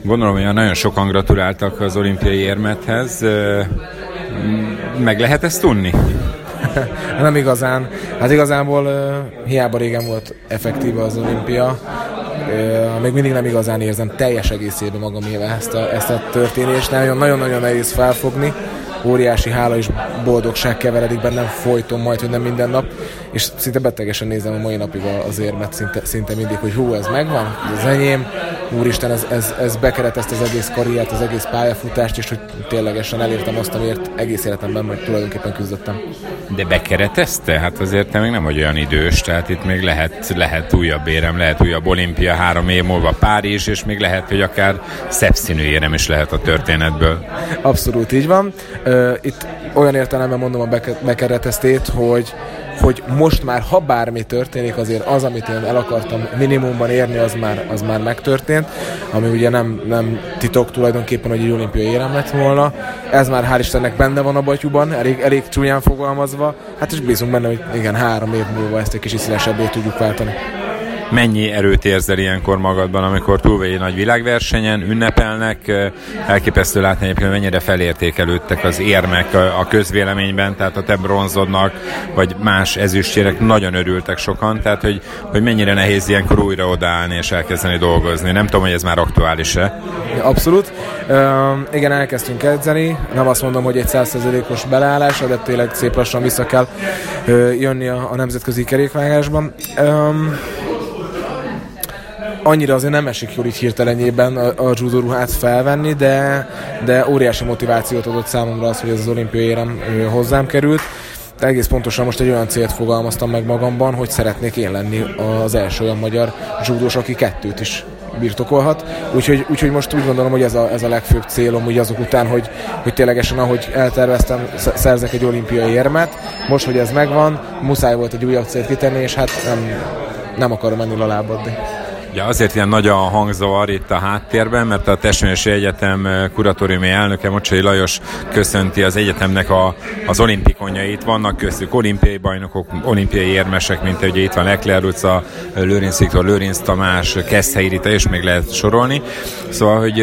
Gondolom, hogy nagyon sokan gratuláltak az olimpiai érmethez. Meg lehet ezt tudni? Nem igazán. Hát igazából hiába régen volt effektíve az olimpia, még mindig nem igazán érzem teljes egészében magamével ezt a történést. Nagyon-nagyon nehéz felfogni. Óriási hála és boldogság keveredik bennem folyton, majd, hogy nem minden nap, és szinte betegesen nézem a mai napig az érmet szinte mindig, hogy hú, ez megvan, ez enyém, úristen, ez bekeretezte az egész karriert, az egész pályafutást, és hogy ténylegesen elértem azt, amiért egész életemben majd tulajdonképpen küzdöttem. De bekeretezte? Hát azért te még nem vagy olyan idős, tehát itt még lehet újabb érem, lehet újabb olimpia, 3 év múlva Párizs, és még lehet, hogy akár szebb színű érem is lehet a történetből. Abszolút így van. Itt olyan értelemben mondom a bekereteztét, hogy most már, ha bármi történik, azért az, amit én el akartam minimumban érni, az már megtörtént, ami ugye nem titok tulajdonképpen, hogy egy olimpiai érem lett volna. Ez már hál' Istennek benne van a batyuban, elég csúnyán fogalmazva, hát és bízunk benne, hogy igen, 3 év múlva ezt egy kis ízlésebbé tudjuk váltani. Mennyi erőt érzel ilyenkor magadban, amikor túl vagy egy nagy világversenyen, ünnepelnek? Elképesztő látni egyébként, mennyire felértékelődtek az érmek a közvéleményben, tehát a te bronzodnak, vagy más ezüstjérek nagyon örültek sokan, tehát hogy mennyire nehéz ilyenkor újra odaállni és elkezdeni dolgozni. Nem tudom, hogy ez már aktuális-e? Abszolút. Igen, elkezdtünk edzeni. Nem azt mondom, hogy egy 100%-os beleállás, de tényleg szép lassan vissza kell jönni a nemzetközi kerékvágásban. Annyira azért nem esik jól így hirtelenjében a judo ruhát felvenni, de óriási motivációt adott számomra az, hogy ez az olimpiai érem hozzám került. De egész pontosan most egy olyan célt fogalmaztam meg magamban, hogy szeretnék én lenni az első olyan magyar judós, aki 2 is birtokolhat. Úgyhogy most úgy gondolom, hogy ez a legfőbb célom, úgy azok után, hogy ténylegesen, ahogy elterveztem, szerzek egy olimpiai érmet. Most, hogy ez megvan, muszáj volt egy újabb célt kitenni, és hát nem akarom ennél alábbadni. Ja, azért ilyen nagy a hangzavar itt a háttérben, mert a Testművészeti Egyetem kuratóriumi elnöke, Mocsai Lajos köszönti az egyetemnek az olimpikonjait. Vannak köztük olimpiai bajnokok, olimpiai érmesek, mint ugye itt van Leclerc utca, Lőrinc Viktor, Lőrinc Tamás, Keszthelyi Rita, és még lehet sorolni. Szóval, hogy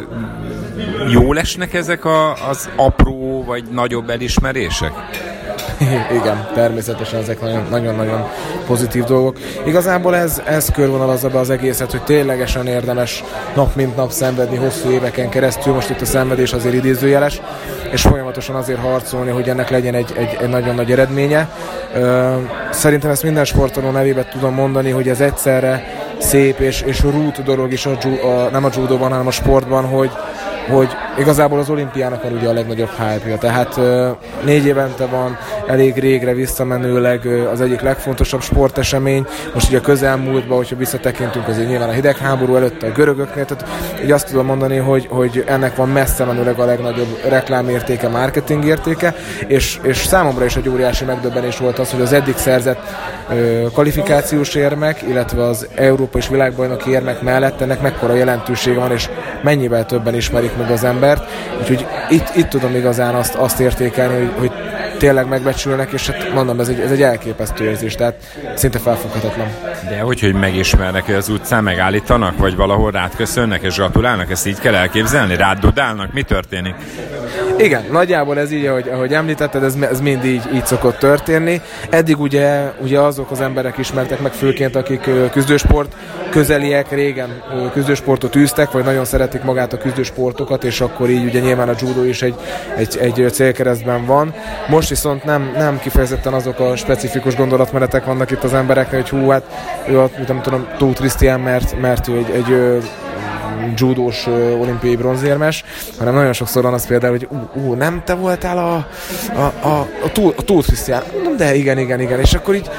jól esnek ezek az apró vagy nagyobb elismerések? Igen, természetesen ezek nagyon-nagyon pozitív dolgok. Igazából ez körvonalazza be az egészet, hogy ténylegesen érdemes nap mint nap szenvedni hosszú éveken keresztül, most itt a szenvedés azért idézőjeles, és folyamatosan azért harcolni, hogy ennek legyen egy nagyon nagy eredménye. Szerintem ezt minden sportoló nevében tudom mondani, hogy ez egyszerre szép és rút dolog is nem a judóban, hanem a sportban, hogy igazából az olimpiának van ugye a legnagyobb hype-ja, tehát 4 évente van, elég régre visszamenőleg az egyik legfontosabb sportesemény. Most ugye a közelmúltban, hogyha visszatekintünk, azért nyilván a hidegháború előtt a görögöknél, tehát így azt tudom mondani, hogy ennek van messze menőleg a legnagyobb reklámértéke, marketingértéke, és számomra is egy óriási megdöbbenés volt az, hogy az eddig szerzett kvalifikációs érmek, illetve az Európa és világbajnoki érmek mellett ennek mekkora jelentősége van, és mennyivel többen ismerik meg az embert. Úgyhogy itt tudom igazán azt értékelni, hogy tényleg megbecsülnek, és hát mondom, ez egy elképesztő érzés, tehát szinte felfoghatatlan. De hogy megismernek, hogy az utcán megállítanak, vagy valahol rád köszönnek és gratulálnak, ezt így kell elképzelni? Rád dudálnak? Mi történik? Igen, nagyjából ez így, ahogy említetted, ez mind így szokott történni. Eddig ugye azok az emberek ismertek meg főként, akik küzdősport közeliek, régen küzdősportot űztek, vagy nagyon szeretik magát a küzdősportokat, és akkor így ugye nyilván a judo is egy célkeresztben van. Most viszont nem kifejezetten azok a specifikus gondolatmenetek vannak itt az embereknek, hogy hú, hát ő nem tudom, Tóth Krisztián, mert ő egy judós olimpiai bronzérmes, hanem nagyon sokszor van az például, hogy nem te voltál a Tóth Krisztián? De igen, és akkor így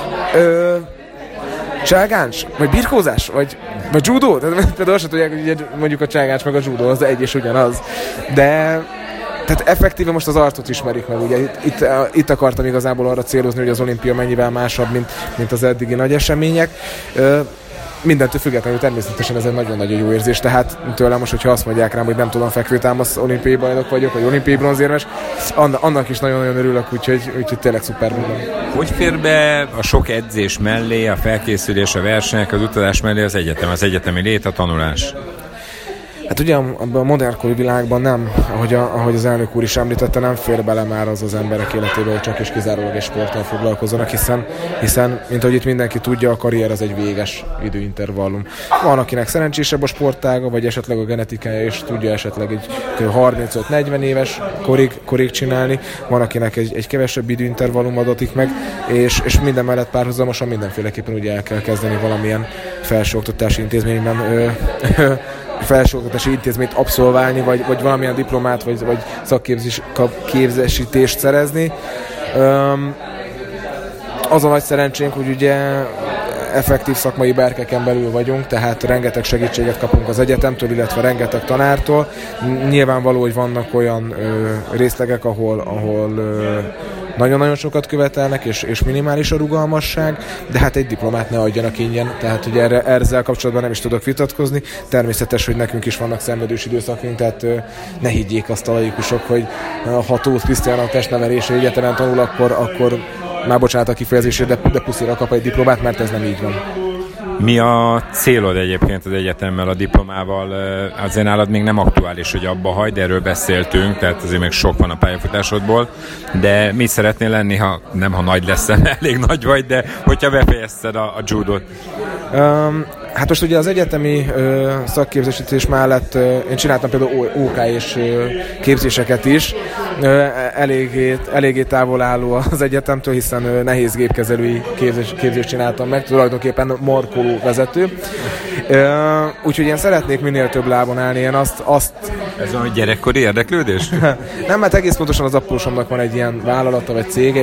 cságáncs? Vagy birkózás? Vagy judo? Például azt tudják, hogy mondjuk a cságáncs meg a judo, az egy és ugyanaz. De tehát effektíve most az arcot ismerik meg, ugye itt akartam igazából arra célozni, hogy az olimpia mennyivel másabb, mint az eddigi nagy események. Mindentől függetlenül természetesen ez egy nagyon-nagyon jó érzés, tehát tőlem most, hogyha azt mondják rám, hogy nem tudom, fekvőtámasz olimpiai bajnok vagyok, vagy olimpiai bronzérmes, annak is nagyon-nagyon örülök, úgyhogy tényleg szuper minden. Hogy fér be a sok edzés mellé, a felkészülés, a versenyek, az utazás mellé az egyetem, az egyetemi lét, a tanulás? Hát ugye abban a modernkori világban nem, ahogy az elnök úr is említette, nem fér bele már az emberek életébe, hogy csak és kizárólag egy sporttal foglalkozzanak, hiszen, mint ahogy itt mindenki tudja, a karrier az egy véges időintervallum. Van, akinek szerencsésebb a sportága, vagy esetleg a genetikája, és tudja esetleg egy 35-40 éves korig csinálni, van, akinek egy kevesebb időintervallum adatik meg, és minden mellett párhuzamosan mindenféleképpen ugye el kell kezdeni valamilyen felsőoktatási intézményben felsőoktatási intézményt abszolválni, vagy valamilyen diplomát, vagy szakképzésítést szerezni. Az a nagy szerencsénk, hogy ugye effektív szakmai berkeken belül vagyunk, tehát rengeteg segítséget kapunk az egyetemtől, illetve rengeteg tanártól. Nyilvánvaló, hogy vannak olyan részlegek, ahol nagyon-nagyon sokat követelnek, és minimális a rugalmasság, de hát egy diplomát ne adjanak ingyen, tehát ugye ezzel kapcsolatban nem is tudok vitatkozni. Természetes, hogy nekünk is vannak szenvedős időszakunk, tehát ne higgyék azt a laikusok, hogy ha Tóth Krisztián a testnevelési egyetemen tanul, akkor már bocsánat a kifejezésére, de puszira kap egy diplomát, mert ez nem így van. Mi a célod egyébként az egyetemmel, a diplomával? Azért nálad még nem aktuális, hogy abba hagyd, erről beszéltünk, tehát azért még sok van a pályafutásodból, de mit szeretnél lenni, ha nagy leszel, elég nagy vagy, de hogyha befejezted a judót? Hát most ugye az egyetemi szakképzésítés mellett én csináltam például OK és képzéseket is, eléggé távol álló az egyetemtől, hiszen nehéz gépkezelői képzést csináltam meg, tulajdonképpen markoló vezető. Úgyhogy én szeretnék minél több lábon állni, én azt... Ez a gyerekkori érdeklődés? Nem, mert egész pontosan az apósomnak van egy ilyen vállalata vagy cége,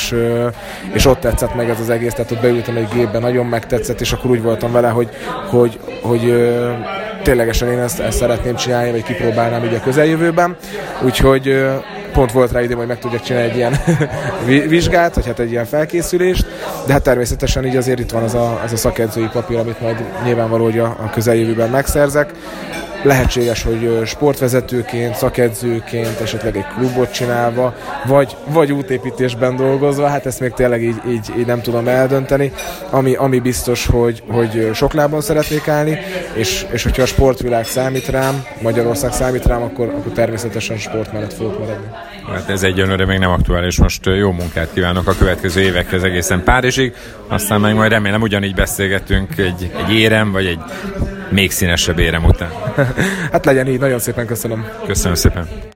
és ott tetszett meg ez az egész, tehát ott beültem egy gépbe, nagyon megtetszett, és akkor úgy voltam vele, hogy ténylegesen én ezt szeretném csinálni, vagy kipróbálnám így a közeljövőben. Úgyhogy pont volt rá időm, hogy meg tudjak csinálni egy ilyen vizsgát, vagy hát egy ilyen felkészülést, de hát természetesen így azért itt van az a szakedzői papír, amit majd nyilvánvaló, hogy a közeljövőben megszerzek. Lehetséges, hogy sportvezetőként, szakedzőként, esetleg egy klubot csinálva, vagy útépítésben dolgozva, hát ezt még tényleg így nem tudom eldönteni. Ami biztos, hogy sok lábon szeretnék állni, és hogyha a sportvilág számít rám, Magyarország számít rám, akkor természetesen sport mellett fogok maradni. Hát ez egyelőre még nem aktuális, most jó munkát kívánok a következő évekhez egészen Párizsig, aztán meg majd remélem ugyanígy beszélgetünk egy érem, vagy egy még színesebb érem után. Hát legyen így, nagyon szépen köszönöm. Köszönöm szépen.